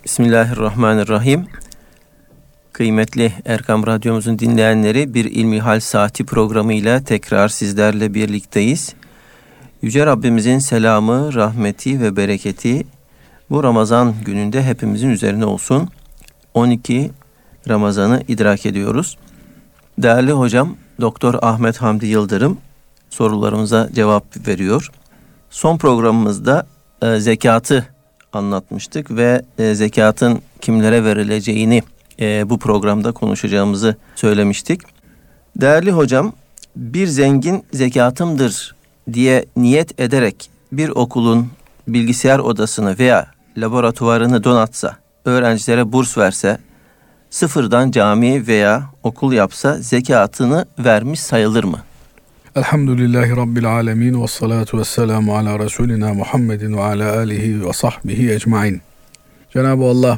Bismillahirrahmanirrahim. Kıymetli Erkam Radyomuzun dinleyenleri, bir İlmihal Saati programıyla tekrar sizlerle birlikteyiz. Yüce Rabbimizin selamı, rahmeti ve bereketi bu Ramazan gününde hepimizin üzerine olsun. 12 Ramazan'ı idrak ediyoruz. Değerli hocam Doktor Ahmet Hamdi Yıldırım sorularımıza cevap veriyor. Son programımızda zekatı anlatmıştık ve zekatın kimlere verileceğini bu programda konuşacağımızı söylemiştik. Değerli hocam, bir zengin zekatımdır diye niyet ederek bir okulun bilgisayar odasını veya laboratuvarını donatsa, öğrencilere burs verse, sıfırdan cami veya okul yapsa zekatını vermiş sayılır mı? Elhamdülillahi Rabbil alemin ve salatu ve selamu ala Resulina Muhammedin ve ala alihi ve sahbihi ecmain. Cenab-ı Allah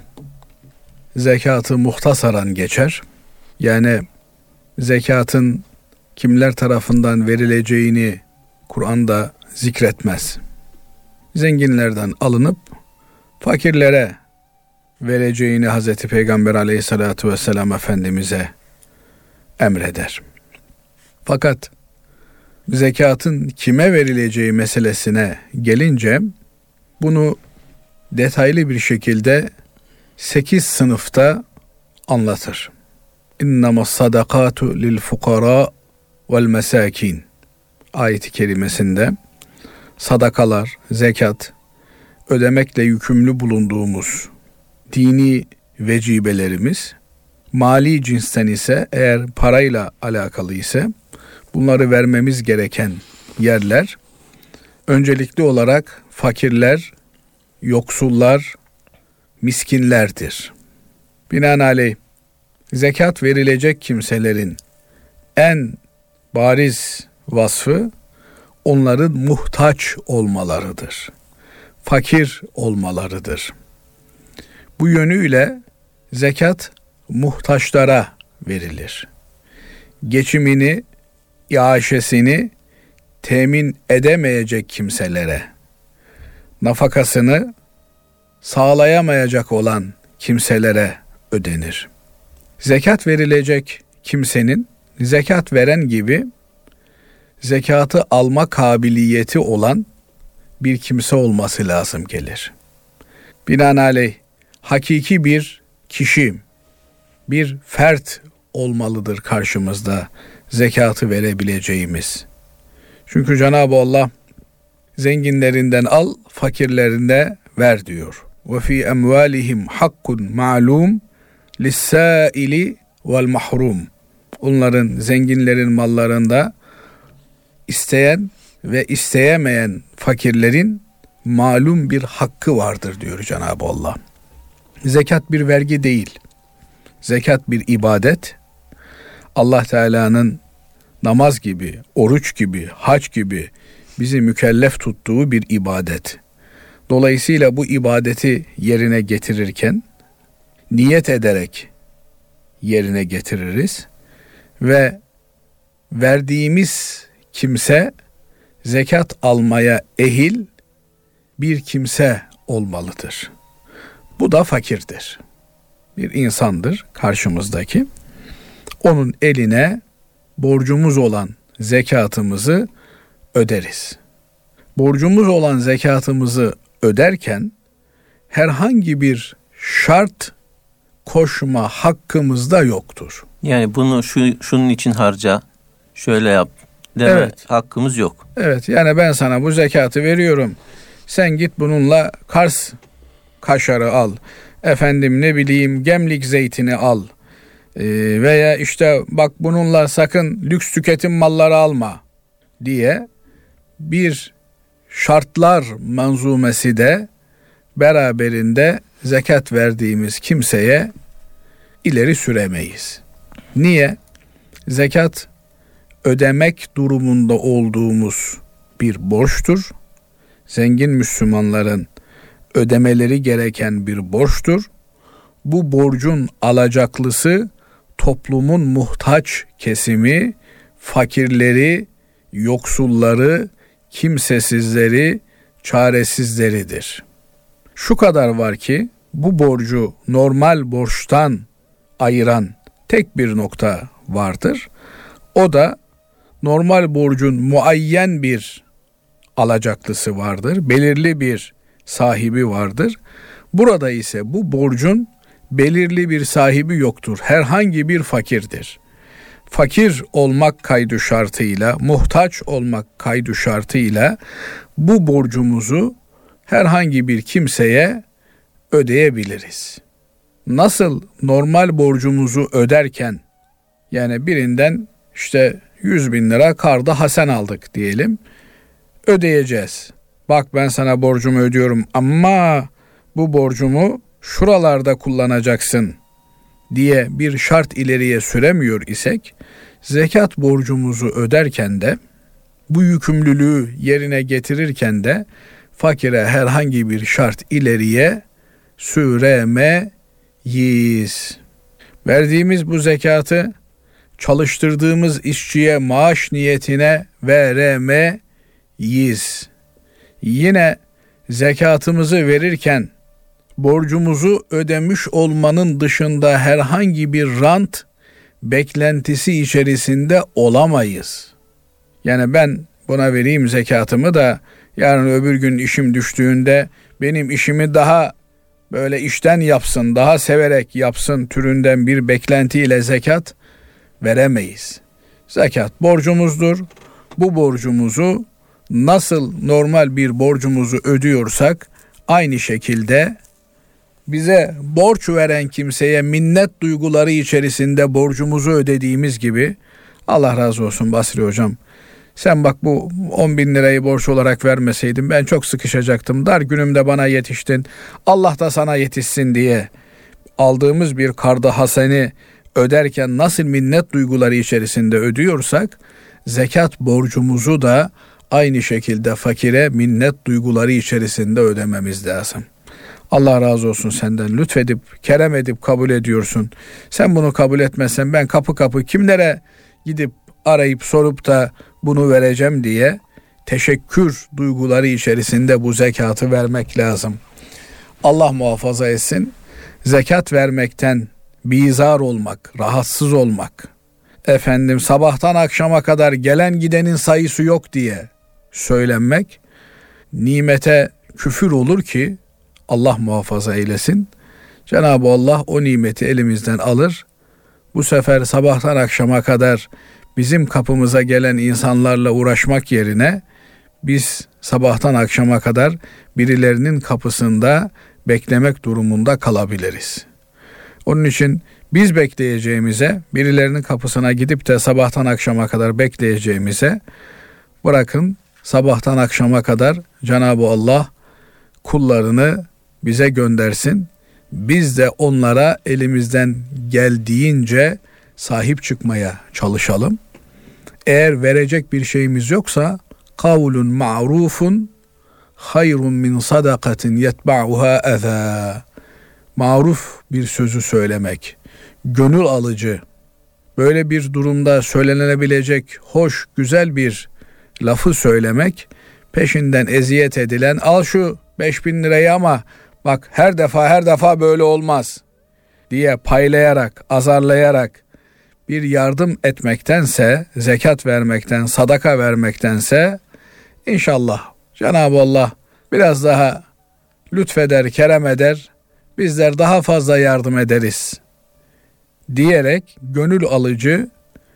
zekatı muhtasaran geçer. Yani zekatın kimler tarafından verileceğini Kur'an'da zikretmez. Zenginlerden alınıp fakirlere vereceğini Hazreti Peygamber aleyhissalatu vesselam Efendimiz'e emreder. Fakat zekatın kime verileceği meselesine gelince bunu detaylı bir şekilde 8 sınıfta anlatır. İnnemas sadakatu lil fukara vel mesakin ayet-i kerimesinde sadakalar, zekat, ödemekle yükümlü bulunduğumuz dini vecibelerimiz, mali cinsten ise eğer parayla alakalı ise bunları vermemiz gereken yerler öncelikli olarak fakirler, yoksullar, miskinlerdir. Binaenaleyh zekat verilecek kimselerin en bariz vasfı onların muhtaç olmalarıdır. Fakir olmalarıdır. Bu yönüyle zekat muhtaçlara verilir. Geçimini, iaşesini temin edemeyecek kimselere, nafakasını sağlayamayacak olan kimselere ödenir. Zekat verilecek kimsenin zekat veren gibi zekatı alma kabiliyeti olan bir kimse olması lazım gelir. Binaenaleyh hakiki bir kişi, bir fert olmalıdır karşımızda zekatı verebileceğimiz. Çünkü Cenab-ı Allah zenginlerinden al, fakirlerine ver diyor. Ve fi emvalihim hakkun ma'lum lis-sâili vel mahrum. Onların, zenginlerin mallarında isteyen ve isteyemeyen fakirlerin malum bir hakkı vardır diyor Cenab-ı Allah. Zekat bir vergi değil. Zekat bir ibadet. Allah Teala'nın namaz gibi, oruç gibi, hac gibi bizi mükellef tuttuğu bir ibadet. Dolayısıyla bu ibadeti yerine getirirken niyet ederek yerine getiririz ve verdiğimiz kimse zekat almaya ehil bir kimse olmalıdır. Bu da fakirdir. Bir insandır karşımızdaki. Onun eline borcumuz olan zekatımızı öderiz. Borcumuz olan zekatımızı öderken herhangi bir şart koşma hakkımız da yoktur. Yani bunu şunun için harca, şöyle yap deme hakkımız yok. Evet, yani ben sana bu zekatı veriyorum. Sen git bununla Kars kaşarı al. Efendim ne bileyim Gemlik zeytini al. Veya işte bak bununla sakın lüks tüketim malları alma diye bir şartlar manzumesi de beraberinde zekat verdiğimiz kimseye ileri süremeyiz. Niye? Zekat ödemek durumunda olduğumuz bir borçtur. Zengin Müslümanların ödemeleri gereken bir borçtur. Bu borcun alacaklısı toplumun muhtaç kesimi, fakirleri, yoksulları, kimsesizleri, çaresizleridir. Şu kadar var ki bu borcu normal borçtan ayıran tek bir nokta vardır. O da normal borcun muayyen bir alacaklısı vardır. Belirli bir sahibi vardır. Burada ise bu borcun belirli bir sahibi yoktur. Herhangi bir fakirdir. Fakir olmak kaydı şartıyla, muhtaç olmak kaydı şartıyla bu borcumuzu herhangi bir kimseye ödeyebiliriz. Nasıl normal borcumuzu öderken, yani birinden işte 100.000 lira karda hasen aldık diyelim, ödeyeceğiz. Bak ben sana borcumu ödüyorum ama bu borcumu şuralarda kullanacaksın diye bir şart ileriye süremiyor isek, zekat borcumuzu öderken de, bu yükümlülüğü yerine getirirken de fakire herhangi bir şart ileriye süremeyiz. Verdiğimiz bu zekatı çalıştırdığımız işçiye maaş niyetine veremeyiz. Yine zekatımızı verirken borcumuzu ödemiş olmanın dışında herhangi bir rant beklentisi içerisinde olamayız. Yani ben buna vereyim zekatımı da yarın öbür gün işim düştüğünde benim işimi daha böyle işten yapsın, daha severek yapsın türünden bir beklentiyle zekat veremeyiz. Zekat borcumuzdur. Bu borcumuzu nasıl normal bir borcumuzu ödüyorsak aynı şekilde bize borç veren kimseye minnet duyguları içerisinde borcumuzu ödediğimiz gibi, Allah razı olsun Basri hocam, sen bak bu 10.000 lirayı borç olarak vermeseydin ben çok sıkışacaktım, dar günümde bana yetiştin, Allah da sana yetişsin diye aldığımız bir kardı haseni öderken nasıl minnet duyguları içerisinde ödüyorsak, zekat borcumuzu da aynı şekilde fakire minnet duyguları içerisinde ödememiz lazım. Allah razı olsun senden, lütfedip, kerem edip kabul ediyorsun. Sen bunu kabul etmezsen ben kapı kapı kimlere gidip arayıp sorup da bunu vereceğim diye teşekkür duyguları içerisinde bu zekatı vermek lazım. Allah muhafaza etsin, zekat vermekten bizar olmak, rahatsız olmak, sabahtan akşama kadar gelen gidenin sayısı yok diye söylenmek, nimete küfür olur ki Allah muhafaza eylesin. Cenab-ı Allah o nimeti elimizden alır. Bu sefer sabahtan akşama kadar bizim kapımıza gelen insanlarla uğraşmak yerine biz sabahtan akşama kadar birilerinin kapısında beklemek durumunda kalabiliriz. Onun için biz bekleyeceğimize, birilerinin kapısına gidip de sabahtan akşama kadar bekleyeceğimize, bırakın sabahtan akşama kadar Cenab-ı Allah kullarını bize göndersin. Biz de onlara elimizden geldiğince sahip çıkmaya çalışalım. Eğer verecek bir şeyimiz yoksa kavlun ma'rufun hayrun min sadakatin yetba'uha eza. Maruf bir sözü söylemek, gönül alıcı, böyle bir durumda söylenebilecek hoş, güzel bir lafı söylemek, peşinden eziyet edilen, al şu 5.000 lirayı ama bak her defa böyle olmaz diye paylayarak, azarlayarak bir yardım etmektense, zekat vermekten, sadaka vermektense, inşallah Cenab-ı Allah biraz daha lütfeder, kerem eder, bizler daha fazla yardım ederiz diyerek gönül alıcı,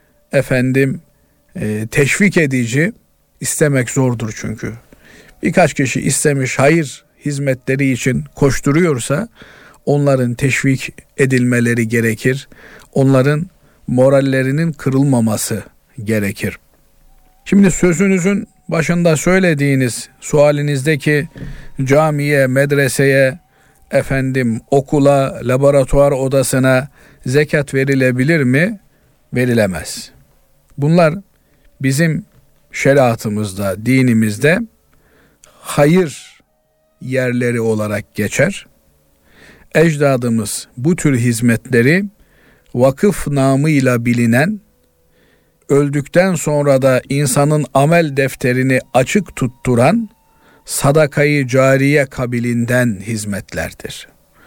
teşvik edici istemek zordur çünkü. Birkaç kişi istemiş, hayır hizmetleri için koşturuyorsa onların teşvik edilmeleri gerekir. Onların morallerinin kırılmaması gerekir. Şimdi sözünüzün başında söylediğiniz sualinizdeki camiye, medreseye, okula, laboratuvar odasına zekat verilebilir mi? Verilemez. Bunlar bizim şeriatımızda, dinimizde hayır yerleri olarak geçer. Ecdadımız bu tür hizmetleri vakıf namıyla bilinen, öldükten sonra da insanın amel defterini açık tutturan sadakayı cariye kabilinden hizmetlerdir.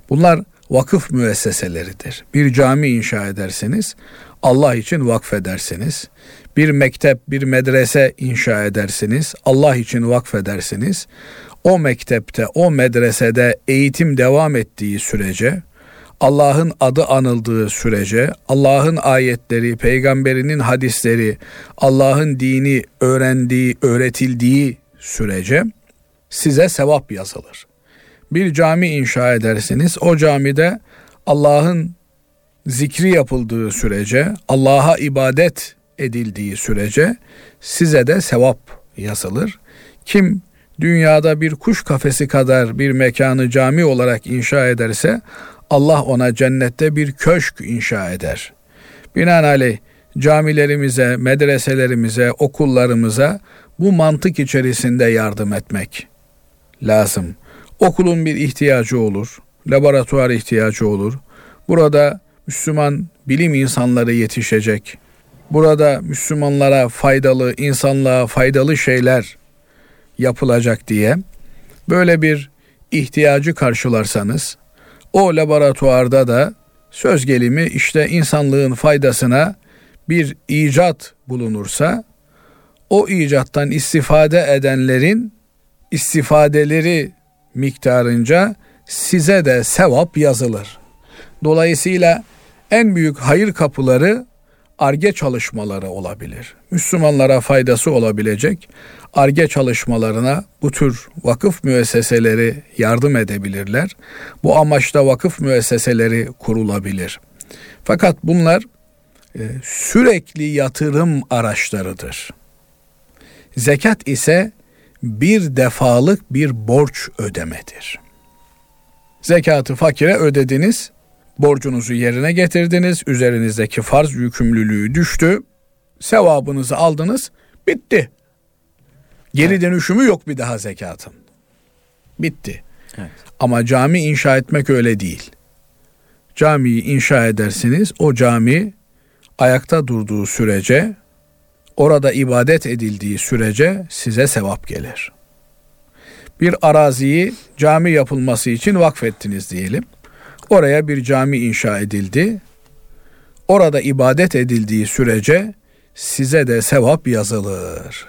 Bunlar vakıf müesseseleridir. Bir cami inşa ederseniz Allah için vakfedersiniz. Bir mektep, bir medrese inşa edersiniz. Allah için vakfedersiniz. O mektepte, o medresede eğitim devam ettiği sürece, Allah'ın adı anıldığı sürece, Allah'ın ayetleri, peygamberinin hadisleri, Allah'ın dini öğretildiği sürece size sevap yazılır. Bir cami inşa edersiniz, o camide Allah'ın zikri yapıldığı sürece, Allah'a ibadet edildiği sürece size de sevap yazılır. Kim dünyada bir kuş kafesi kadar bir mekanı cami olarak inşa ederse, Allah ona cennette bir köşk inşa eder. Binaenaleyh camilerimize, medreselerimize, okullarımıza bu mantık içerisinde yardım etmek lazım. Okulun bir ihtiyacı olur, laboratuvar ihtiyacı olur. Burada Müslüman bilim insanları yetişecek. Burada Müslümanlara faydalı, insanlığa faydalı şeyler yapılacak diye böyle bir ihtiyacı karşılarsanız, o laboratuvarda da söz gelimi işte insanlığın faydasına bir icat bulunursa, o icattan istifade edenlerin istifadeleri miktarınca size de sevap yazılır. Dolayısıyla en büyük hayır kapıları Ar-Ge çalışmaları olabilir. Müslümanlara faydası olabilecek Ar-Ge çalışmalarına bu tür vakıf müesseseleri yardım edebilirler. Bu amaçla vakıf müesseseleri kurulabilir. Fakat bunlar sürekli yatırım araçlarıdır. Zekat ise bir defalık bir borç ödemedir. Zekatı fakire ödediniz, borcunuzu yerine getirdiniz, üzerinizdeki farz yükümlülüğü düştü, sevabınızı aldınız, bitti. Geri dönüşümü yok bir daha zekatın. Bitti. Evet. Ama cami inşa etmek öyle değil. Camiyi inşa edersiniz, o cami ayakta durduğu sürece, orada ibadet edildiği sürece size sevap gelir. Bir araziyi cami yapılması için vakfettiniz diyelim. Oraya bir cami inşa edildi. Orada ibadet edildiği sürece size de sevap yazılır.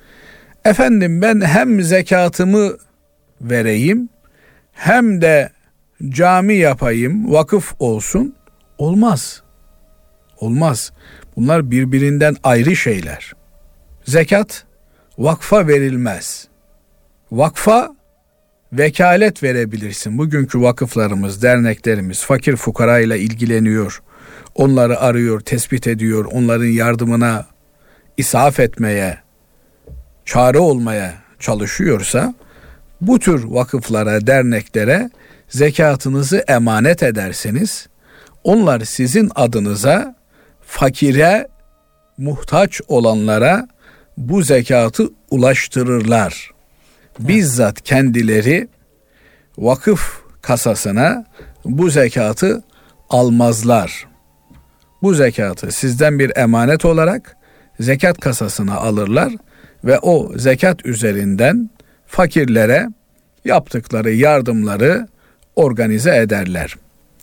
Efendim ben hem zekatımı vereyim hem de cami yapayım, vakıf olsun. Olmaz. Olmaz. Bunlar birbirinden ayrı şeyler. Zekat vakfa verilmez. Vakfa vekalet verebilirsin. Bugünkü vakıflarımız, derneklerimiz fakir fukara ile ilgileniyor. Onları arıyor, tespit ediyor. Onların yardımına isaf etmeye, çare olmaya çalışıyorsa bu tür vakıflara, derneklere zekatınızı emanet ederseniz onlar sizin adınıza fakire, muhtaç olanlara bu zekatı ulaştırırlar. Bizzat kendileri vakıf kasasına bu zekatı almazlar. Bu zekatı sizden bir emanet olarak zekat kasasına alırlar ve o zekat üzerinden fakirlere yaptıkları yardımları organize ederler.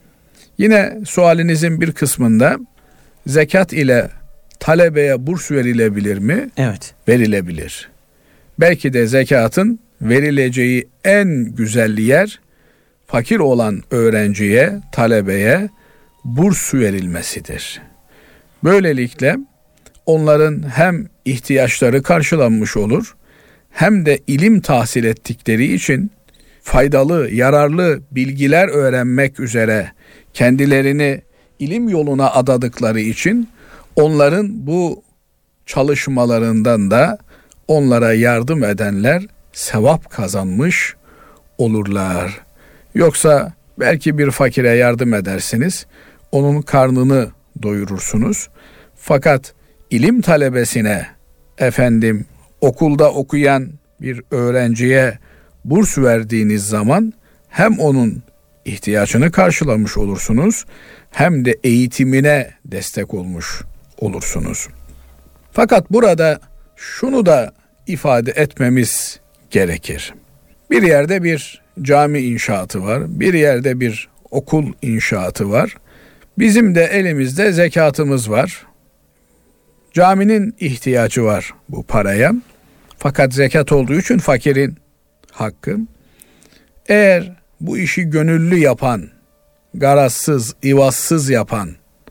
Yine sualinizin bir kısmında zekat ile talebeye burs verilebilir mi? Evet. Verilebilir. Belki de zekatın verileceği en güzel yer fakir olan öğrenciye, talebeye burs verilmesidir. Böylelikle onların hem ihtiyaçları karşılanmış olur, hem de ilim tahsil ettikleri için faydalı, yararlı bilgiler öğrenmek üzere kendilerini ilim yoluna adadıkları için onların bu çalışmalarından da onlara yardım edenler sevap kazanmış olurlar. Yoksa belki bir fakire yardım edersiniz, onun karnını doyurursunuz. Fakat ilim talebesine, okulda okuyan bir öğrenciye burs verdiğiniz zaman hem onun ihtiyacını karşılamış olursunuz, hem de eğitimine destek olmuş olursunuz. Fakat burada şunu da ifade etmemiz gerekir. Bir yerde bir cami inşaatı var, bir yerde bir okul inşaatı var. Bizim de elimizde zekatımız var. Caminin ihtiyacı var bu paraya. Fakat zekat olduğu için fakirin hakkı. Eğer bu işi gönüllü yapan, garazsız, ivazsız yapan,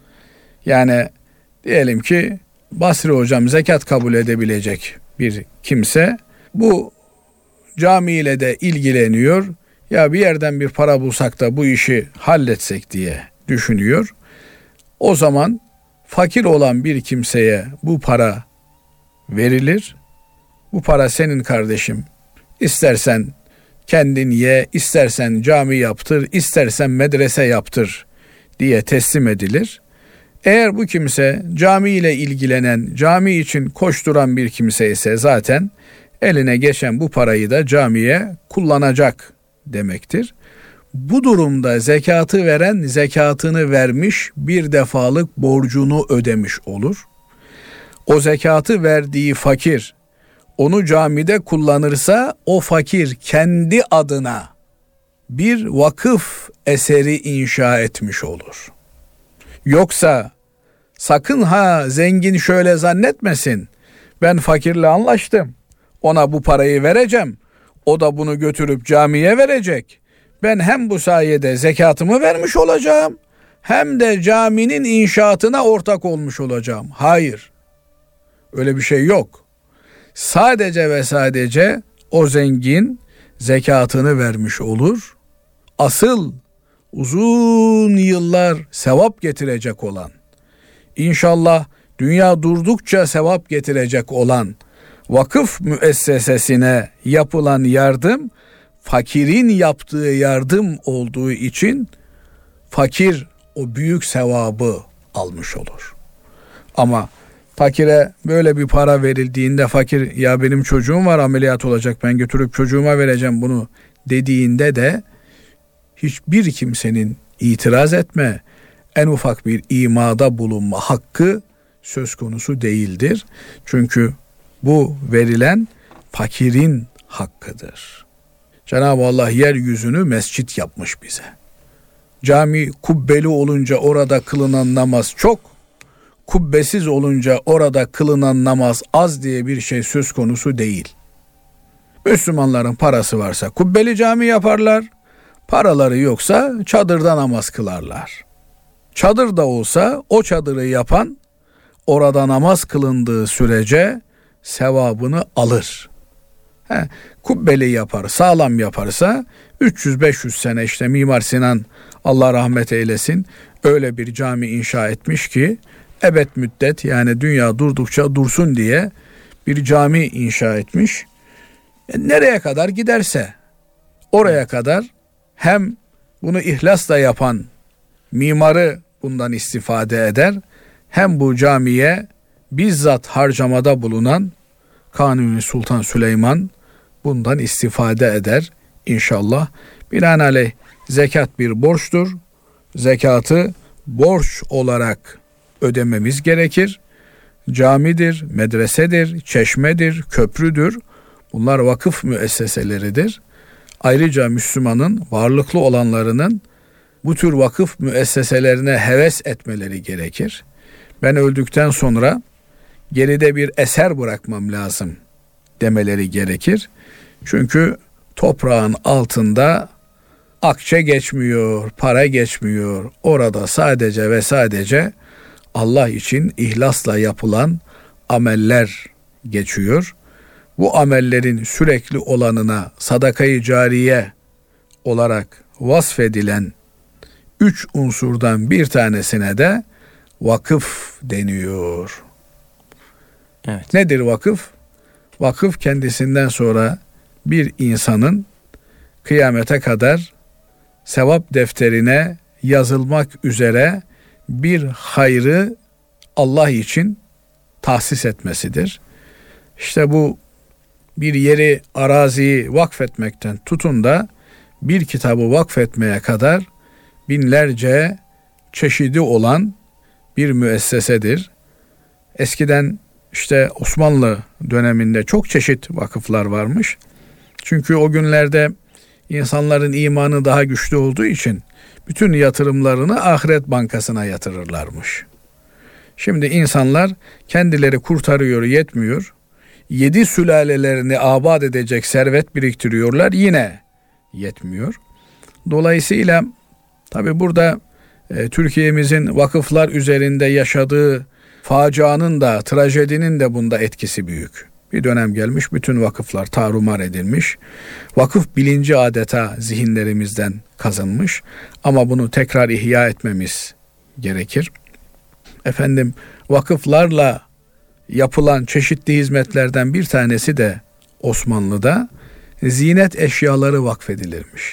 yani diyelim ki Basri hocam zekat kabul edebilecek bir kimse bu camiyle de ilgileniyor. Ya bir yerden bir para bulsak da bu işi halletsek diye düşünüyor. O zaman fakir olan bir kimseye bu para verilir. Bu para senin kardeşim. İstersen kendin ye, istersen cami yaptır, istersen medrese yaptır diye teslim edilir. Eğer bu kimse cami ile ilgilenen, cami için koşturan bir kimse ise zaten eline geçen bu parayı da camiye kullanacak demektir. Bu durumda zekatı veren zekatını vermiş, bir defalık borcunu ödemiş olur. O zekatı verdiği fakir onu camide kullanırsa o fakir kendi adına bir vakıf eseri inşa etmiş olur. Yoksa sakın ha zengin şöyle zannetmesin. Ben fakirle anlaştım. Ona bu parayı vereceğim. O da bunu götürüp camiye verecek. Ben hem bu sayede zekatımı vermiş olacağım hem de caminin inşaatına ortak olmuş olacağım. Hayır. Öyle bir şey yok. Sadece ve sadece o zengin zekatını vermiş olur. Asıl uzun yıllar sevap getirecek olan, İnşallah dünya durdukça sevap getirecek olan vakıf müessesesine yapılan yardım, fakirin yaptığı yardım olduğu için fakir o büyük sevabı almış olur. Ama fakire böyle bir para verildiğinde fakir ya benim çocuğum var ameliyat olacak ben götürüp çocuğuma vereceğim bunu dediğinde de hiçbir kimsenin itiraz etme, en ufak bir imada bulunma hakkı söz konusu değildir. Çünkü bu verilen fakirin hakkıdır. Cenab-ı Allah yeryüzünü mescit yapmış bize. Cami kubbeli olunca orada kılınan namaz çok, kubbesiz olunca orada kılınan namaz az diye bir şey söz konusu değil. Müslümanların parası varsa kubbeli cami yaparlar, paraları yoksa çadırda namaz kılarlar. Çadır da olsa o çadırı yapan orada namaz kılındığı sürece sevabını alır. Kubbeli yapar, sağlam yaparsa 300-500 sene işte Mimar Sinan Allah rahmet eylesin öyle bir cami inşa etmiş ki ebed müddet yani dünya durdukça dursun diye bir cami inşa etmiş. Nereye kadar giderse oraya kadar hem bunu ihlasla yapan mimarı bundan istifade eder hem bu camiye bizzat harcamada bulunan Kanuni Sultan Süleyman bundan istifade eder inşallah. Binaenaleyh zekat bir borçtur. Zekatı borç olarak ödememiz gerekir. Camidir, medresedir, çeşmedir, köprüdür. Bunlar vakıf müesseseleridir. Ayrıca Müslümanın varlıklı olanlarının bu tür vakıf müesseselerine heves etmeleri gerekir. Ben öldükten sonra geride bir eser bırakmam lazım demeleri gerekir. Çünkü toprağın altında akçe geçmiyor, para geçmiyor. Orada sadece ve sadece Allah için ihlasla yapılan ameller geçiyor. Bu amellerin sürekli olanına sadaka-i cariye olarak vasfedilen 3 unsurdan bir tanesine de vakıf deniyor. Evet. Nedir vakıf? Vakıf kendisinden sonra bir insanın kıyamete kadar sevap defterine yazılmak üzere bir hayrı Allah için tahsis etmesidir. İşte bu bir yeri, araziyi vakfetmekten tutun da bir kitabı vakfetmeye kadar binlerce çeşidi olan bir müessesedir. Eskiden işte Osmanlı döneminde çok çeşit vakıflar varmış. Çünkü o günlerde insanların imanı daha güçlü olduğu için bütün yatırımlarını ahiret bankasına yatırırlarmış. Şimdi insanlar kendileri kurtarıyor, yetmiyor. 7 sülalelerini abad edecek servet biriktiriyorlar, yine yetmiyor. Dolayısıyla tabi burada Türkiye'mizin vakıflar üzerinde yaşadığı facianın da, trajedinin de bunda etkisi büyük. Bir dönem gelmiş, bütün vakıflar tarumar edilmiş. Vakıf bilinci adeta zihinlerimizden kazınmış. Ama bunu tekrar ihya etmemiz gerekir. Efendim, vakıflarla yapılan çeşitli hizmetlerden bir tanesi de Osmanlı'da zinet eşyaları vakfedilirmiş.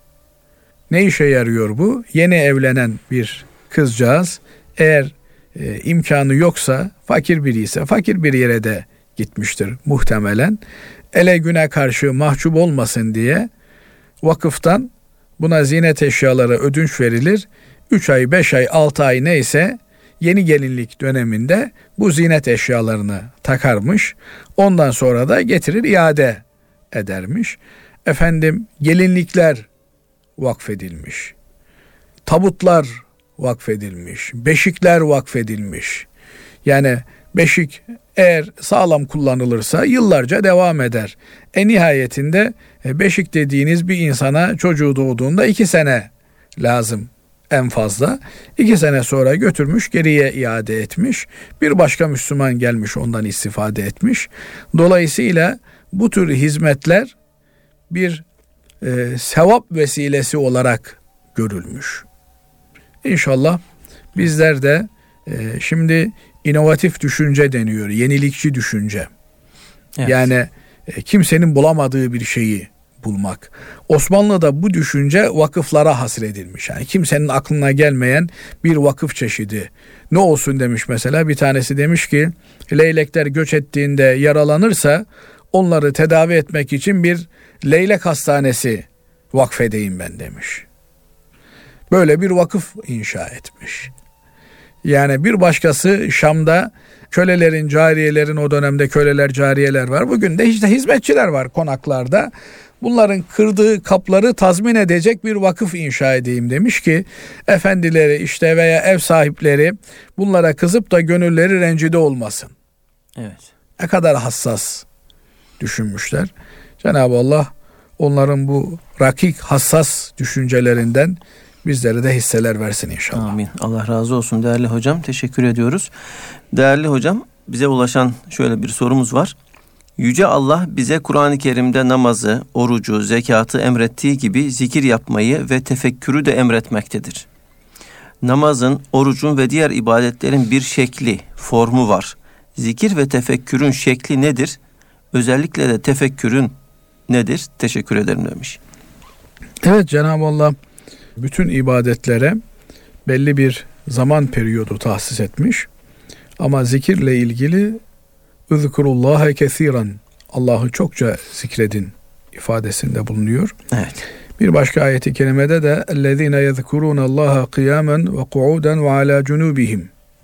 Ne işe yarıyor bu? Yeni evlenen bir kızcağız eğer imkanı yoksa, fakir biri ise fakir bir yere de gitmiştir muhtemelen. Ele güne karşı mahcup olmasın diye vakıftan buna zinet eşyaları ödünç verilir. 3 ay, 5 ay, 6 ay neyse yeni gelinlik döneminde bu zinet eşyalarını takarmış. Ondan sonra da getirir iade edermiş. Efendim, gelinlikler vakfedilmiş. Tabutlar vakfedilmiş. Beşikler vakfedilmiş. Yani beşik eğer sağlam kullanılırsa yıllarca devam eder. Nihayetinde beşik dediğiniz bir insana çocuğu doğduğunda 2 sene lazım en fazla. 2 sene sonra götürmüş, geriye iade etmiş. Bir başka Müslüman gelmiş, ondan istifade etmiş. Dolayısıyla bu tür hizmetler bir sevap vesilesi olarak görülmüş. İnşallah bizler de şimdi inovatif düşünce deniyor, yenilikçi düşünce. Evet. Yani kimsenin bulamadığı bir şeyi bulmak. Osmanlı'da bu düşünce vakıflara hasredilmiş. Yani kimsenin aklına gelmeyen bir vakıf çeşidi. Ne olsun demiş mesela, bir tanesi demiş ki leylekler göç ettiğinde yaralanırsa onları tedavi etmek için bir leylek hastanesi vakfedeyim ben demiş. Böyle bir vakıf inşa etmiş. Yani bir başkası Şam'da kölelerin, cariyelerin, o dönemde köleler, cariyeler var. Bugün de işte hizmetçiler var konaklarda. Bunların kırdığı kapları tazmin edecek bir vakıf inşa edeyim demiş ki efendileri işte veya ev sahipleri bunlara kızıp da gönülleri rencide olmasın. Evet. Ne kadar hassas düşünmüşler. Cenab-ı Allah onların bu rakik, hassas düşüncelerinden bizlere de hisseler versin inşallah. Amin. Allah razı olsun değerli hocam. Teşekkür ediyoruz. Değerli hocam, bize ulaşan şöyle bir sorumuz var. Yüce Allah bize Kur'an-ı Kerim'de namazı, orucu, zekatı emrettiği gibi zikir yapmayı ve tefekkürü de emretmektedir. Namazın, orucun ve diğer ibadetlerin bir şekli, formu var. Zikir ve tefekkürün şekli nedir? Özellikle de tefekkürün nedir? Teşekkür ederim demiş. Evet, Cenab-ı Allah bütün ibadetlere belli bir zaman periyodu tahsis etmiş. Ama zikirle ilgili "Üzkurullâhe kesiran", Allah'ı çokça zikredin ifadesinde bulunuyor. Evet. Bir başka ayeti kerimede de "Ellezîne yezkurûnallâhe kıyâmen ve ku'ûden ve alâ cunûbihim",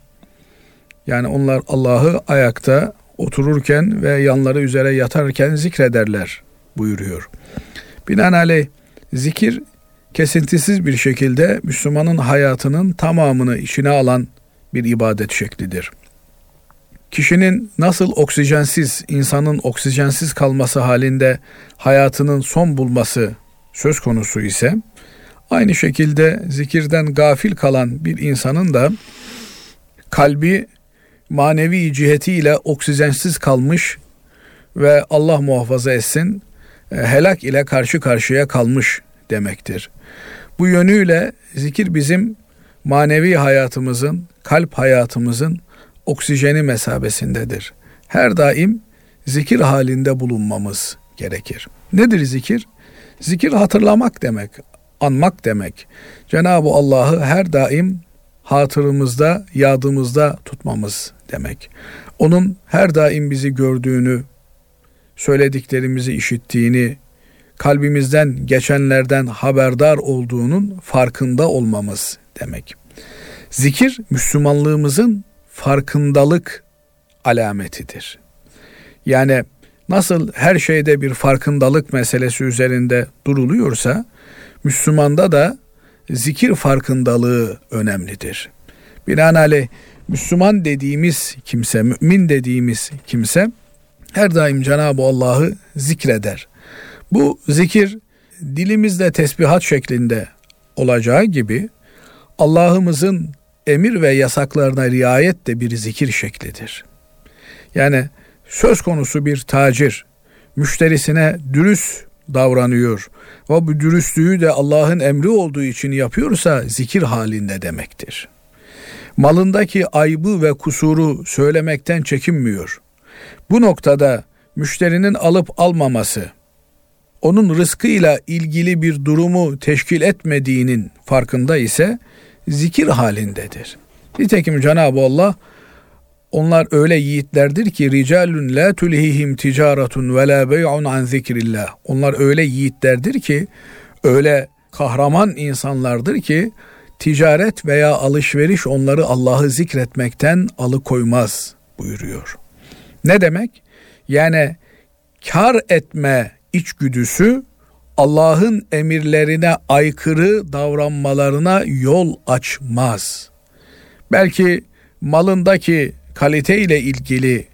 yani onlar Allah'ı ayakta, otururken ve yanları üzere yatarken zikrederler buyuruyor. Binaenaleyh zikir kesintisiz bir şekilde Müslümanın hayatının tamamını içine alan bir ibadet şeklidir. Kişinin nasıl insanın oksijensiz kalması halinde hayatının son bulması söz konusu ise, aynı şekilde zikirden gafil kalan bir insanın da kalbi manevi cihetiyle oksijensiz kalmış ve Allah muhafaza etsin helak ile karşı karşıya kalmış demektir. Bu yönüyle zikir bizim manevi hayatımızın, kalp hayatımızın oksijeni mesabesindedir. Her daim zikir halinde bulunmamız gerekir. Nedir zikir? Zikir hatırlamak demek, anmak demek. Cenab-ı Allah'ı her daim hatırımızda, yadımızda tutmamız demek. Onun her daim bizi gördüğünü, söylediklerimizi işittiğini, kalbimizden geçenlerden haberdar olduğunun farkında olmamız demek. Zikir, Müslümanlığımızın farkındalık alametidir. Yani nasıl her şeyde bir farkındalık meselesi üzerinde duruluyorsa, Müslümanda da zikir farkındalığı önemlidir. Binaenaleyh Müslüman dediğimiz kimse, mümin dediğimiz kimse her daim Cenab-ı Allah'ı zikreder. Bu zikir dilimizde tesbihat şeklinde olacağı gibi Allah'ımızın emir ve yasaklarına riayet de bir zikir şeklidir. Yani söz konusu bir tacir müşterisine dürüst davranıyor ve bu dürüstlüğü de Allah'ın emri olduğu için yapıyorsa zikir halinde demektir. Malındaki aybı ve kusuru söylemekten çekinmiyor. Bu noktada müşterinin alıp almaması, onun rızkıyla ilgili bir durumu teşkil etmediğinin farkında ise zikir halindedir. Nitekim Cenab-ı Allah, onlar öyle yiğitlerdir ki ricalun la tulhihim ticaretun ve la bey'un an zikrillah. Onlar öyle yiğitlerdir ki, öyle kahraman insanlardır ki ticaret veya alışveriş onları Allah'ı zikretmekten alıkoymaz buyuruyor. Ne demek? Yani kar etme içgüdüsü Allah'ın emirlerine aykırı davranmalarına yol açmaz. Belki malındaki kaliteyle ilgili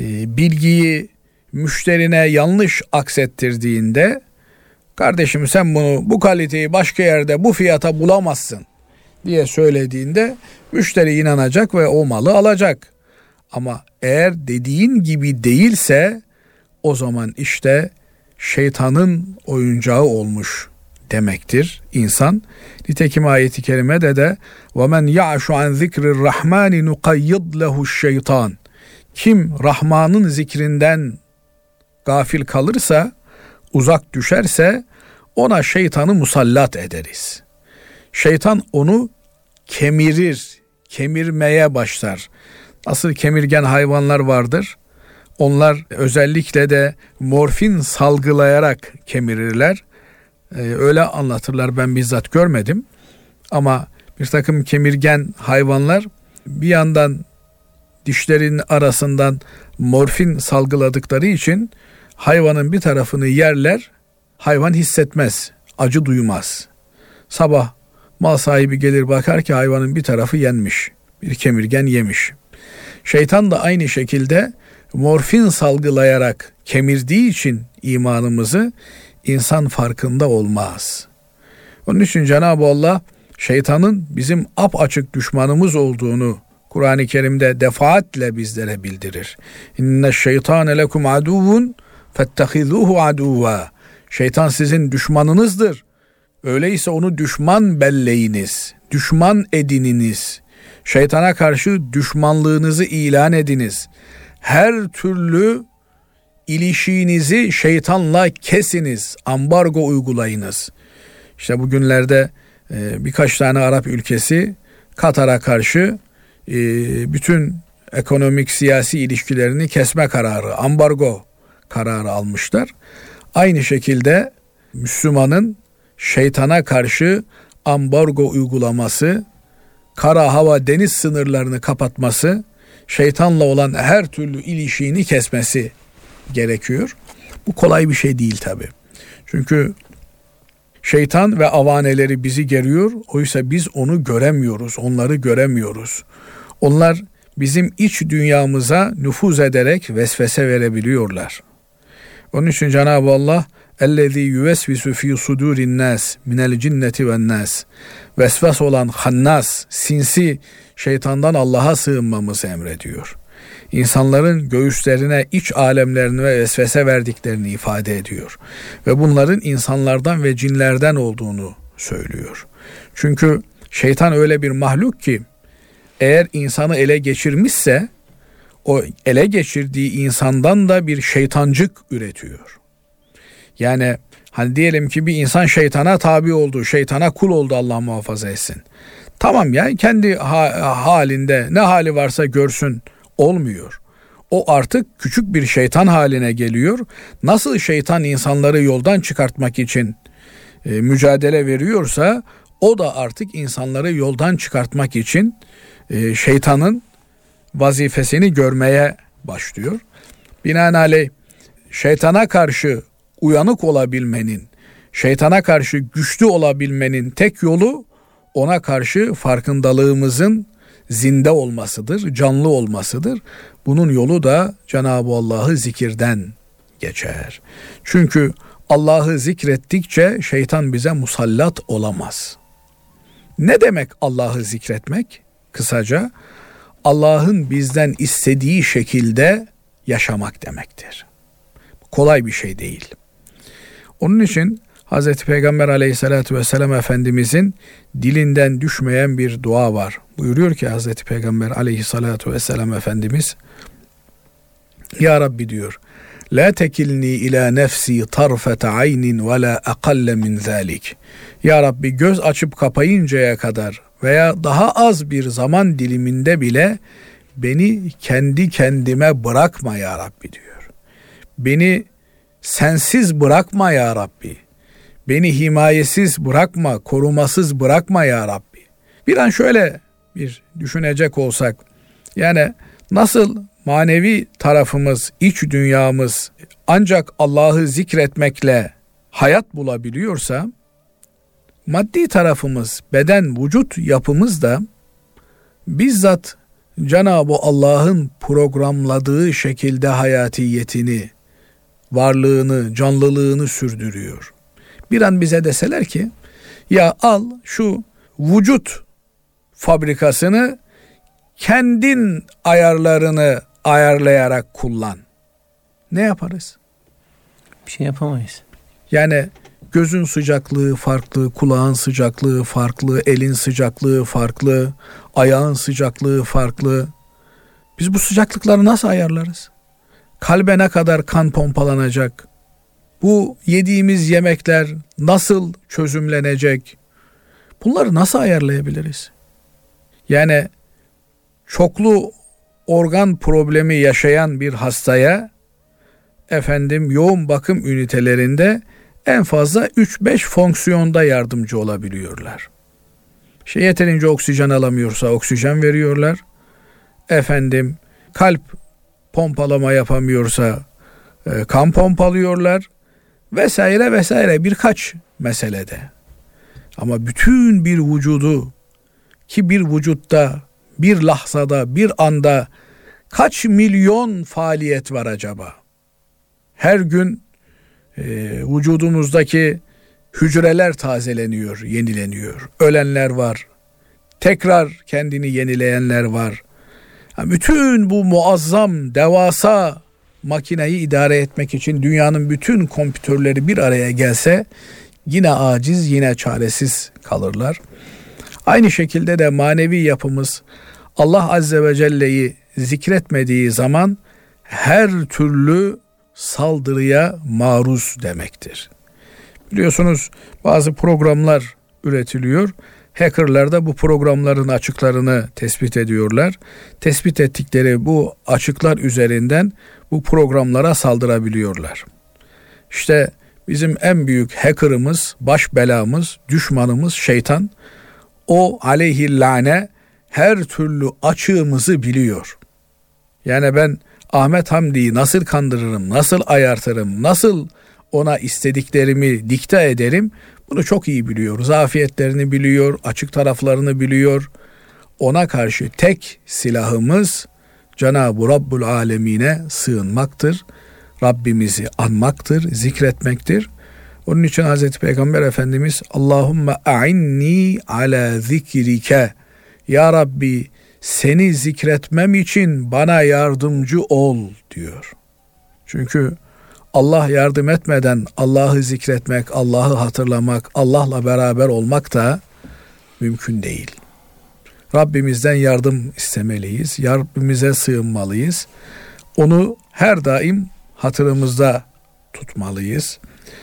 bilgiyi müşterine yanlış aksettirdiğinde, kardeşim sen bu kaliteyi başka yerde bu fiyata bulamazsın diye söylediğinde müşteri inanacak ve o malı alacak. Ama eğer dediğin gibi değilse o zaman işte şeytanın oyuncağı olmuş demektir insan. Nitekim ayeti kerimede de وَمَنْ يَعْشُ عَنْ ذِكْرِ الرَّحْمَانِ نُقَيِّضْ لَهُ الشَّيْطَانِ Kim Rahman'ın zikrinden gafil kalırsa, uzak düşerse ona şeytanı musallat ederiz. Şeytan onu kemirir, kemirmeye başlar. Nasıl kemirgen hayvanlar vardır? Onlar özellikle de morfin salgılayarak kemirirler. Öyle anlatırlar, ben bizzat görmedim. Ama bir takım kemirgen hayvanlar bir yandan dişlerin arasından morfin salgıladıkları için hayvanın bir tarafını yerler, hayvan hissetmez, acı duymaz. Sabah mal sahibi gelir bakar ki hayvanın bir tarafı yenmiş, bir kemirgen yemiş. Şeytan da aynı şekilde morfin salgılayarak kemirdiği için imanımızı insan farkında olmaz. Onun için Cenab-ı Allah şeytanın bizim apaçık düşmanımız olduğunu Kur'an-ı Kerim'de defaatle bizlere bildirir. İnne şeytane lekum aduvun fettehizuhu aduva. Şeytan sizin düşmanınızdır. Öyleyse onu düşman belleyiniz, düşman edininiz. Şeytana karşı düşmanlığınızı ilan ediniz. Her türlü ilişiğinizi şeytanla kesiniz, ambargo uygulayınız. İşte bugünlerde birkaç tane Arap ülkesi Katar'a karşı bütün ekonomik siyasi ilişkilerini kesme kararı, ambargo kararı almışlar. Aynı şekilde Müslümanın şeytana karşı ambargo uygulaması, kara, hava, deniz sınırlarını kapatması, şeytanla olan her türlü ilişiğini kesmesi gerekiyor. Bu kolay bir şey değil tabii. Çünkü şeytan ve avaneleri bizi geriyor. Oysa biz onu göremiyoruz, onları göremiyoruz. Onlar bizim iç dünyamıza nüfuz ederek vesvese verebiliyorlar. Onun için Cenab-ı Allah اَلَّذ۪ي يُوَسْوِسُ ف۪ي صُدُورِ النَّاسِ مِنَ الْجِنَّةِ وَالنَّاسِ Vesves olan hannas, sinsi şeytandan Allah'a sığınmamızı emrediyor. İnsanların göğüslerine, iç alemlerine vesvese verdiklerini ifade ediyor. Ve bunların insanlardan ve cinlerden olduğunu söylüyor. Çünkü şeytan öyle bir mahluk ki eğer insanı ele geçirmişse o ele geçirdiği insandan da bir şeytancık üretiyor. Yani hani diyelim ki bir insan şeytana tabi oldu, şeytana kul oldu, Allah muhafaza etsin. Tamam ya, kendi halinde ne hali varsa görsün, olmuyor. O artık küçük bir şeytan haline geliyor. Nasıl şeytan insanları yoldan çıkartmak için mücadele veriyorsa o da artık insanları yoldan çıkartmak için şeytanın vazifesini görmeye başlıyor. Binaenaleyh şeytana karşı uyanık olabilmenin, şeytana karşı güçlü olabilmenin tek yolu ona karşı farkındalığımızın zinde olmasıdır, canlı olmasıdır. Bunun yolu da Cenab-ı Allah'ı zikirden geçer. Çünkü Allah'ı zikrettikçe şeytan bize musallat olamaz. Ne demek Allah'ı zikretmek? Kısaca Allah'ın bizden istediği şekilde yaşamak demektir. Kolay bir şey değil. Onun için Hz. Peygamber aleyhissalatü vesselam Efendimizin dilinden düşmeyen bir dua var. Buyuruyor ki Hz. Peygamber aleyhissalatü vesselam Efendimiz, Ya Rabbi diyor, La tekilni ila nefsi tarfete aynin ve la akalle min zalik. Ya Rabbi, göz açıp kapayıncaya kadar veya daha az bir zaman diliminde bile beni kendi kendime bırakma ya Rabbi diyor. Beni sensiz bırakma ya Rabbi. Beni himayesiz bırakma, korumasız bırakma ya Rabbi. Bir an şöyle bir düşünecek olsak, yani nasıl manevi tarafımız, iç dünyamız ancak Allah'ı zikretmekle hayat bulabiliyorsa, maddi tarafımız, beden, vücut yapımız da bizzat Cenab-ı Allah'ın programladığı şekilde hayatiyetini, varlığını, canlılığını sürdürüyor. Bir an bize deseler ki, ya al şu vücut fabrikasını kendin ayarlarını ayarlayarak kullan. Ne yaparız? Bir şey yapamayız. Yani gözün sıcaklığı farklı, kulağın sıcaklığı farklı, elin sıcaklığı farklı, ayağın sıcaklığı farklı. Biz bu sıcaklıkları nasıl ayarlarız? Kalbe ne kadar kan pompalanacak? Bu yediğimiz yemekler nasıl çözümlenecek? Bunları nasıl ayarlayabiliriz? Yani çoklu organ problemi yaşayan bir hastaya yoğun bakım ünitelerinde en fazla 3-5 fonksiyonda yardımcı olabiliyorlar. Yeterince oksijen alamıyorsa oksijen veriyorlar. Kalp pompalama yapamıyorsa kan pompalıyorlar vesaire vesaire birkaç meselede. Ama bütün bir vücudu, ki bir vücutta bir lahzada, bir anda kaç milyon faaliyet var acaba? Her gün vücudumuzdaki hücreler tazeleniyor, yenileniyor. Ölenler var. Tekrar kendini yenileyenler var. Bütün bu muazzam, devasa makineyi idare etmek için dünyanın bütün kompütörleri bir araya gelse yine aciz, yine çaresiz kalırlar. Aynı şekilde de manevi yapımız Allah Azze ve Celle'yi zikretmediği zaman her türlü saldırıya maruz demektir. Biliyorsunuz bazı programlar üretiliyor. Hackerlar da bu programların açıklarını tespit ediyorlar. Tespit ettikleri bu açıklar üzerinden bu programlara saldırabiliyorlar. İşte bizim en büyük hackerımız, baş belamız, düşmanımız şeytan. O aleyhillâne her türlü açığımızı biliyor. Yani ben Ahmet Hamdi'yi nasıl kandırırım, nasıl ayartırım, nasıl ona istediklerimi dikte ederim, bunu çok iyi biliyor. Zafiyetlerini biliyor, açık taraflarını biliyor. Ona karşı tek silahımız Cenab-ı Rabbul Alemine sığınmaktır. Rabbimizi anmaktır, zikretmektir. Onun için Hazreti Peygamber Efendimiz Allahümme a'inni ala zikrike, Ya Rabbi seni zikretmem için bana yardımcı ol diyor. Çünkü Allah yardım etmeden Allah'ı zikretmek, Allah'ı hatırlamak, Allah'la beraber olmak da mümkün değil. Rabbimizden yardım istemeliyiz, Rabbimize sığınmalıyız. Onu her daim hatırımızda tutmalıyız.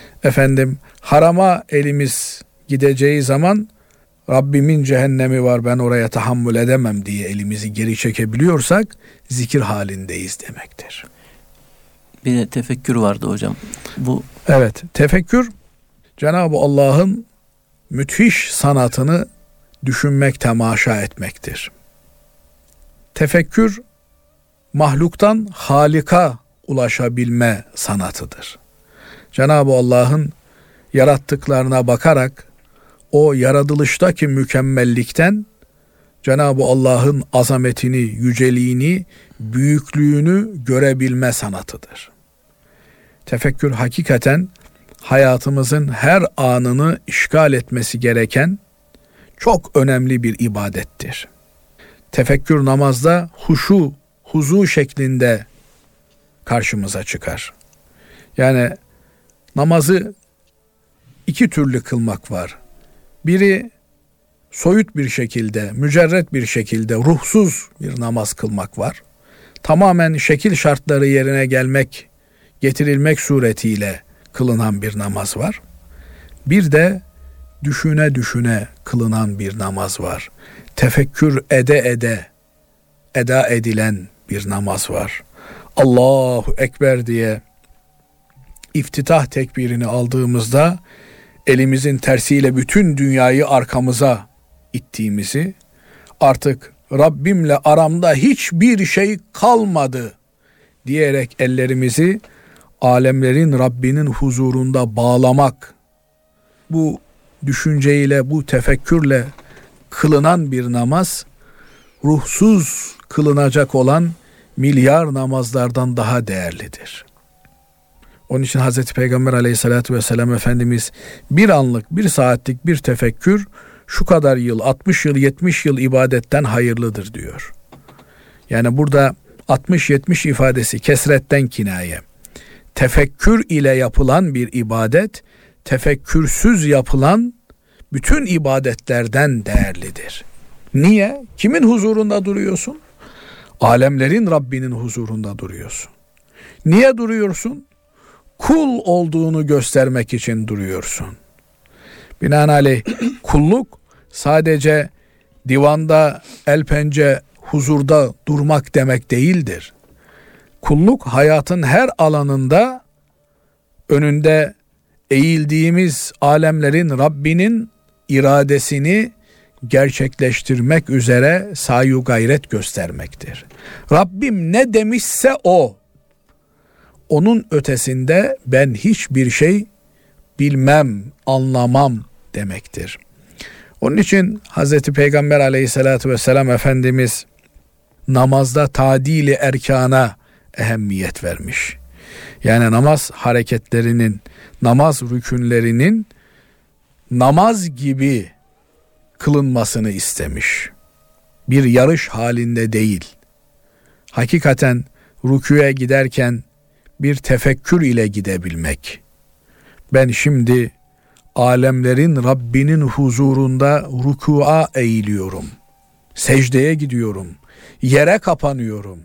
Harama elimiz gideceği zaman Rabbimin cehennemi var, ben oraya tahammül edemem diye elimizi geri çekebiliyorsak zikir halindeyiz demektir. Bir de tefekkür vardı hocam. Evet, tefekkür Cenab-ı Allah'ın müthiş sanatını düşünmek, temaşa etmektir. Tefekkür mahluktan Halik'a ulaşabilme sanatıdır. Cenab-ı Allah'ın yarattıklarına bakarak o yaratılıştaki mükemmellikten Cenab-ı Allah'ın azametini, yüceliğini, büyüklüğünü görebilme sanatıdır. Tefekkür hakikaten hayatımızın her anını işgal etmesi gereken çok önemli bir ibadettir. Tefekkür namazda huzu şeklinde karşımıza çıkar. Yani namazı iki türlü kılmak var. Biri soyut bir şekilde, mücerret bir şekilde ruhsuz bir namaz kılmak var. Tamamen şekil şartları yerine getirilmek suretiyle kılınan bir namaz var. Bir de düşüne düşüne kılınan bir namaz var. Tefekkür eda edilen bir namaz var. Allahu Ekber diye iftitah tekbirini aldığımızda elimizin tersiyle bütün dünyayı arkamıza ittiğimizi, artık Rabbimle aramda hiçbir şey kalmadı diyerek ellerimizi alemlerin Rabbinin huzurunda bağlamak, bu düşünceyle, bu tefekkürle kılınan bir namaz, ruhsuz kılınacak olan milyar namazlardan daha değerlidir. Onun için Hazreti Peygamber aleyhissalatü vesselam Efendimiz bir anlık, bir saatlik bir tefekkür şu kadar yıl, 60 yıl, 70 yıl ibadetten hayırlıdır diyor. Yani burada 60-70 ifadesi kesretten kinaye. Tefekkür ile yapılan bir ibadet, tefekkürsüz yapılan bütün ibadetlerden değerlidir. Niye? Kimin huzurunda duruyorsun? Alemlerin Rabbinin huzurunda duruyorsun. Niye duruyorsun? Kul olduğunu göstermek için duruyorsun. Binaenaleyh kulluk sadece divanda, el pençe, huzurda durmak demek değildir. Kulluk hayatın her alanında önünde eğildiğimiz alemlerin Rabbinin iradesini gerçekleştirmek üzere sayu gayret göstermektir. Rabbim ne demişse o. Onun ötesinde ben hiçbir şey bilmem, anlamam demektir. Onun için Hazreti Peygamber aleyhissalatü vesselam Efendimiz namazda tadili erkana ehemmiyet vermiş. Yani namaz hareketlerinin, namaz rükünlerinin namaz gibi kılınmasını istemiş. Bir yarış halinde değil. Hakikaten rüküye giderken bir tefekkür ile gidebilmek. Ben şimdi alemlerin Rabbinin huzurunda rükûa eğiliyorum. Secdeye gidiyorum. Yere kapanıyorum.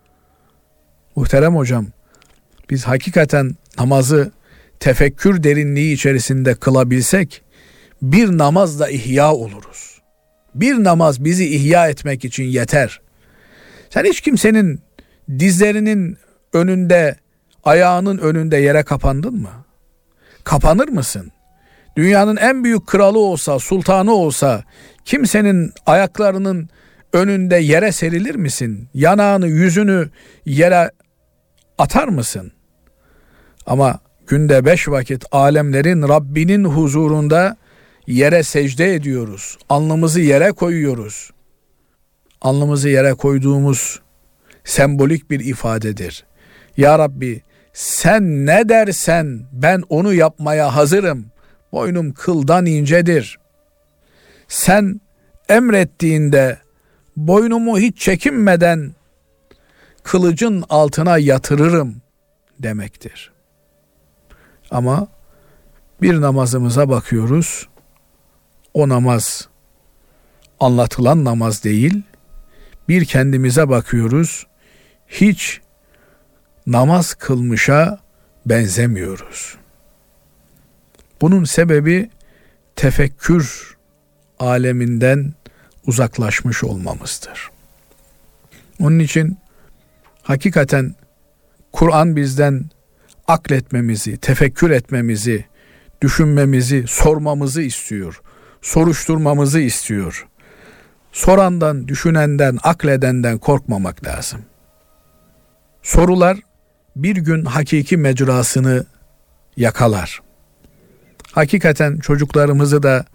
Muhterem hocam, biz hakikaten namazı tefekkür derinliği içerisinde kılabilsek bir namazla ihya oluruz. Bir namaz bizi ihya etmek için yeter. Sen hiç kimsenin dizlerinin önünde, ayağının önünde yere kapandın mı? Kapanır mısın? Dünyanın en büyük kralı olsa, sultanı olsa kimsenin ayaklarının önünde yere serilir misin? Yanağını, yüzünü yere atar mısın? Ama günde 5 vakit alemlerin Rabbinin huzurunda yere secde ediyoruz. Alnımızı yere koyuyoruz. Alnımızı yere koyduğumuz sembolik bir ifadedir. Ya Rabbi, sen ne dersen ben onu yapmaya hazırım. Boynum kıldan incedir. Sen emrettiğinde boynumu hiç çekinmeden kılıcın altına yatırırım demektir. Ama bir namazımıza bakıyoruz. O namaz anlatılan namaz değil. Bir kendimize bakıyoruz. Hiç namaz kılmışa benzemiyoruz. Bunun sebebi tefekkür aleminden uzaklaşmış olmamızdır. Onun için hakikaten Kur'an bizden akletmemizi, tefekkür etmemizi, düşünmemizi, sormamızı istiyor. Soruşturmamızı istiyor. Sorandan, düşünenden, akledenden korkmamak lazım. Sorular bir gün hakiki mecrasını yakalar. Hakikaten çocuklarımızı da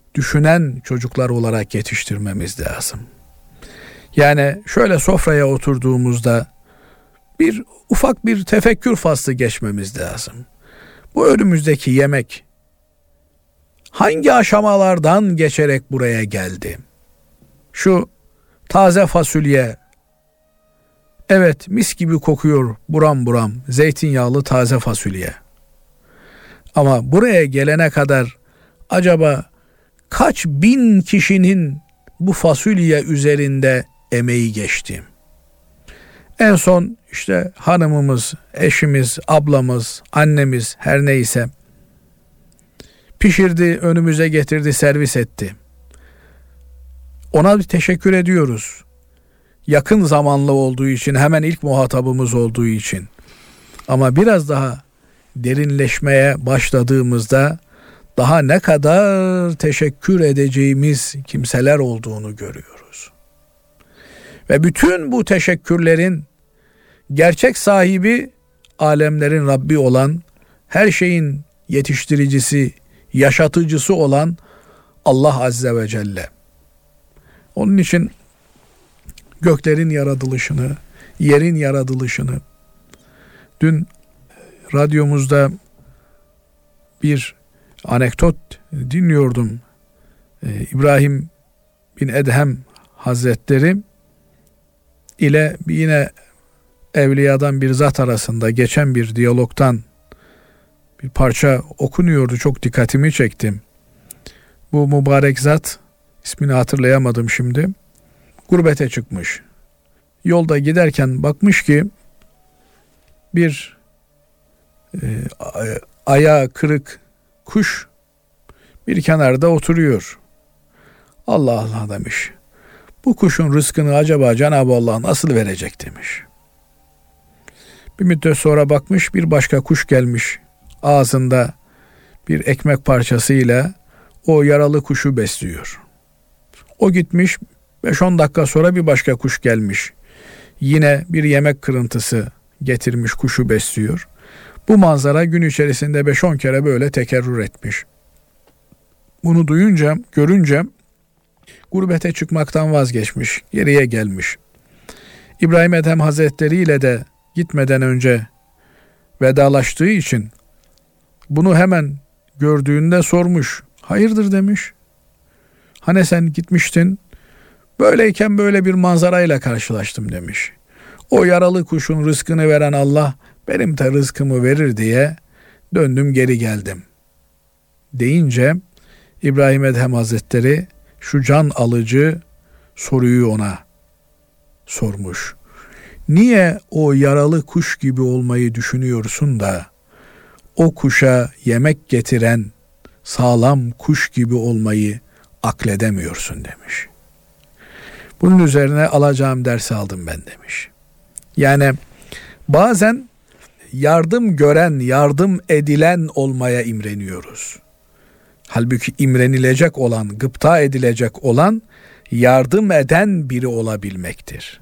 düşünen çocuklar olarak yetiştirmemiz lazım. Yani şöyle sofraya oturduğumuzda ufak bir tefekkür faslı geçmemiz lazım. Bu önümüzdeki yemek hangi aşamalardan geçerek buraya geldi? Şu taze fasulye, evet mis gibi kokuyor, buram buram, zeytinyağlı taze fasulye. Ama buraya gelene kadar acaba kaç bin kişinin bu fasulye üzerinde emeği geçti? En son işte hanımımız, eşimiz, ablamız, annemiz, her neyse pişirdi, önümüze getirdi, servis etti. Ona bir teşekkür ediyoruz. Yakın zamanlı olduğu için, hemen ilk muhatabımız olduğu için. Ama biraz daha derinleşmeye başladığımızda daha ne kadar teşekkür edeceğimiz kimseler olduğunu görüyoruz. Ve bütün bu teşekkürlerin gerçek sahibi, alemlerin Rabbi olan, her şeyin yetiştiricisi, yaşatıcısı olan Allah Azze ve Celle. Onun için göklerin yaratılışını, yerin yaratılışını, dün radyomuzda bir anekdot dinliyordum. İbrahim bin Edhem Hazretleri ile yine evliyadan bir zat arasında geçen bir diyalogtan bir parça okunuyordu. Çok dikkatimi çekti. Bu mübarek zat, ismini hatırlayamadım şimdi, gurbete çıkmış. Yolda giderken bakmış ki bir ayağı kırık kuş bir kenarda oturuyor. Allah Allah demiş. Bu kuşun rızkını acaba Cenab-ı Allah nasıl verecek demiş. Bir müddet sonra bakmış, bir başka kuş gelmiş. Ağzında bir ekmek parçasıyla o yaralı kuşu besliyor. O gitmiş, 5-10 dakika sonra bir başka kuş gelmiş. Yine bir yemek kırıntısı getirmiş, kuşu besliyor. Bu manzara gün içerisinde 5-10 kere böyle tekerrür etmiş. Bunu görünce gurbete çıkmaktan vazgeçmiş, geriye gelmiş. İbrahim Edhem Hazretleri ile de gitmeden önce vedalaştığı için bunu hemen gördüğünde sormuş. Hayırdır demiş. Hani sen gitmiştin, böyleyken böyle bir manzarayla karşılaştım demiş. O yaralı kuşun rızkını veren Allah benim de rızkımı verir diye döndüm geri geldim deyince İbrahim Edhem Hazretleri şu can alıcı soruyu ona sormuş. Niye o yaralı kuş gibi olmayı düşünüyorsun da o kuşa yemek getiren sağlam kuş gibi olmayı akledemiyorsun demiş. Bunun üzerine alacağım dersi aldım ben demiş. Yani bazen yardım gören, yardım edilen olmaya imreniyoruz. Halbuki imrenilecek olan, gıpta edilecek olan yardım eden biri olabilmektir.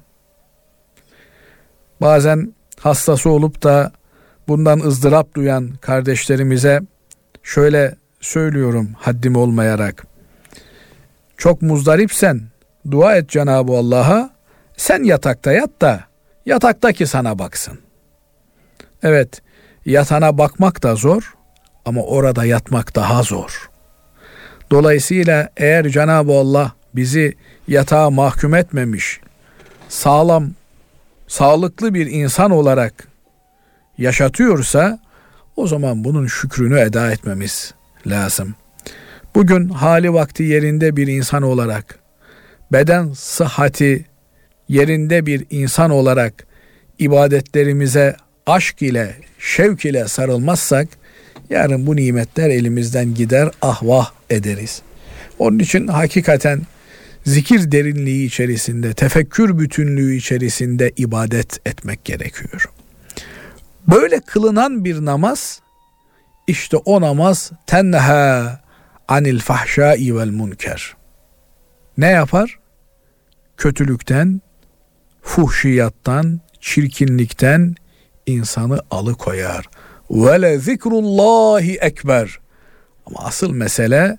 Bazen hastası olup da bundan ızdırap duyan kardeşlerimize şöyle söylüyorum haddim olmayarak. Çok muzdaripsen dua et Cenab-ı Allah'a, sen yatakta yat da yataktaki sana baksın. Evet, yatana bakmak da zor ama orada yatmak daha zor. Dolayısıyla eğer Cenab-ı Allah bizi yatağa mahkum etmemiş, sağlam, sağlıklı bir insan olarak yaşatıyorsa o zaman bunun şükrünü eda etmemiz lazım. Bugün hali vakti yerinde bir insan olarak, beden sıhhati yerinde bir insan olarak ibadetlerimize aşk ile, şevk ile sarılmazsak yarın bu nimetler elimizden gider, ahvah ederiz. Onun için hakikaten zikir derinliği içerisinde, tefekkür bütünlüğü içerisinde ibadet etmek gerekiyor. Böyle kılınan bir namaz, işte o namaz tenha anil fahşai vel münker. Ne yapar? Kötülükten, fuhşiyattan, çirkinlikten insanı alıkoyar. Ve le zikrullahi ekber. Ama asıl mesele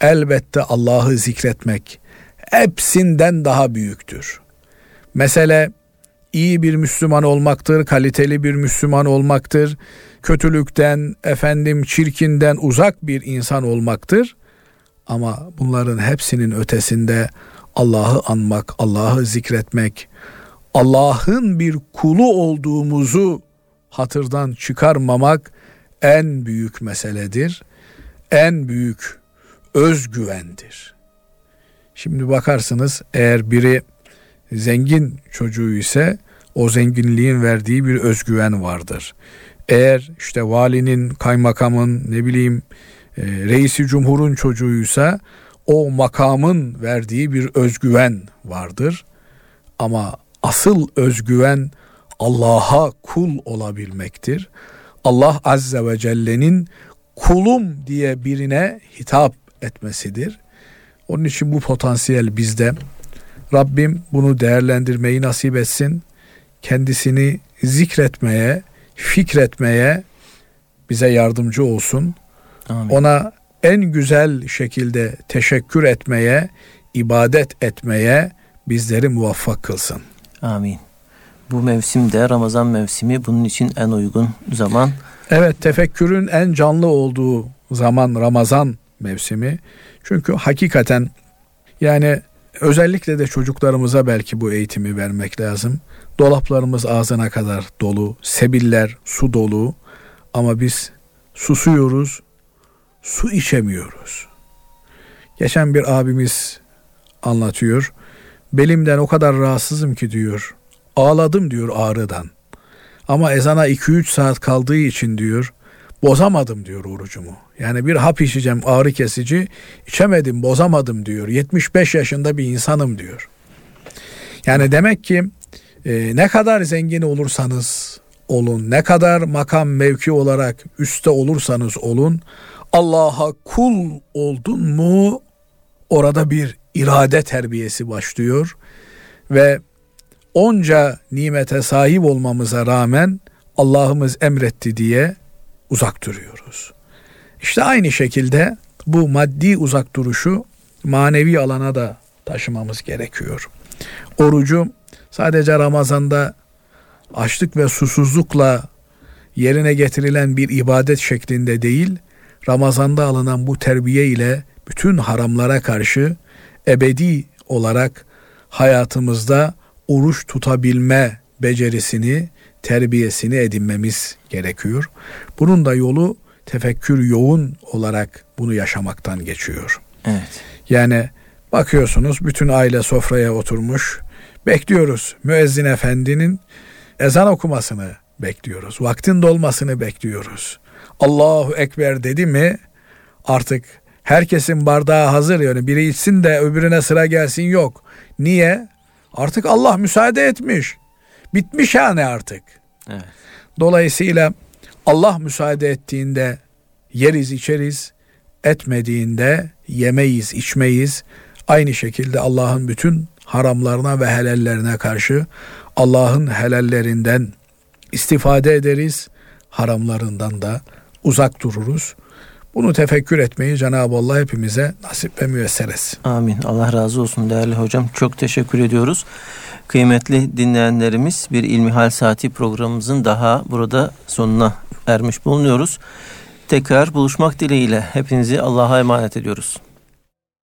elbette Allah'ı zikretmek hepsinden daha büyüktür. Mesele iyi bir Müslüman olmaktır, kaliteli bir Müslüman olmaktır, kötülükten, çirkinden uzak bir insan olmaktır. Ama bunların hepsinin ötesinde Allah'ı anmak, Allah'ı zikretmek, Allah'ın bir kulu olduğumuzu hatırdan çıkarmamak en büyük meseledir. En büyük özgüvendir. Şimdi bakarsınız, eğer biri zengin çocuğu ise o zenginliğin verdiği bir özgüven vardır. Eğer işte valinin, kaymakamın, reisi cumhurun çocuğuysa o makamın verdiği bir özgüven vardır. Ama asıl özgüven Allah'a kul olabilmektir. Allah Azze ve Celle'nin kulum diye birine hitap etmesidir. Onun için bu potansiyel bizde. Rabbim bunu değerlendirmeyi nasip etsin. Kendisini zikretmeye, fikretmeye bize yardımcı olsun. Amin. Ona en güzel şekilde teşekkür etmeye, ibadet etmeye bizleri muvaffak kılsın. Amin. Bu mevsimde, Ramazan mevsimi, bunun için en uygun zaman. Evet, tefekkürün en canlı olduğu zaman Ramazan mevsimi. Çünkü hakikaten yani özellikle de çocuklarımıza belki bu eğitimi vermek lazım. Dolaplarımız ağzına kadar dolu, sebiller su dolu ama biz susuyoruz, su içemiyoruz. Geçen bir abimiz anlatıyor. Belimden o kadar rahatsızım ki diyor. Ağladım diyor ağrıdan. Ama ezana 2-3 saat kaldığı için diyor, bozamadım diyor orucumu. Yani bir hap içeceğim, ağrı kesici, içemedim, bozamadım diyor. 75 yaşında bir insanım diyor. Yani demek ki ne kadar zengin olursanız olun, ne kadar makam mevki olarak üstte olursanız olun, Allah'a kul oldun mu orada bir irade terbiyesi başlıyor ve onca nimete sahip olmamıza rağmen Allah'ımız emretti diye uzak duruyoruz. İşte aynı şekilde bu maddi uzak duruşu manevi alana da taşımamız gerekiyor. Orucu sadece Ramazan'da açlık ve susuzlukla yerine getirilen bir ibadet şeklinde değil, Ramazan'da alınan bu terbiye ile bütün haramlara karşı ebedi olarak hayatımızda oruç tutabilme becerisini, terbiyesini edinmemiz gerekiyor. Bunun da yolu tefekkür yoğun olarak bunu yaşamaktan geçiyor. Evet. Yani bakıyorsunuz bütün aile sofraya oturmuş, bekliyoruz müezzin efendinin ezan okumasını bekliyoruz. Vaktin dolmasını bekliyoruz. Allahu Ekber dedi mi artık herkesin bardağı hazır, yani biri içsin de öbürüne sıra gelsin yok. Niye? Artık Allah müsaade etmiş. Bitmiş yani artık. Evet. Dolayısıyla Allah müsaade ettiğinde yeriz içeriz, etmediğinde yemeyiz içmeyiz. Aynı şekilde Allah'ın bütün haramlarına ve helallerine karşı Allah'ın helallerinden istifade ederiz, haramlarından da uzak dururuz. Bunu tefekkür etmeyi Cenab-ı Allah hepimize nasip ve müyesser etsin. Amin. Allah razı olsun değerli hocam. Çok teşekkür ediyoruz. Kıymetli dinleyenlerimiz, bir İlmihal Saati programımızın daha burada sonuna ermiş bulunuyoruz. Tekrar buluşmak dileğiyle hepinizi Allah'a emanet ediyoruz.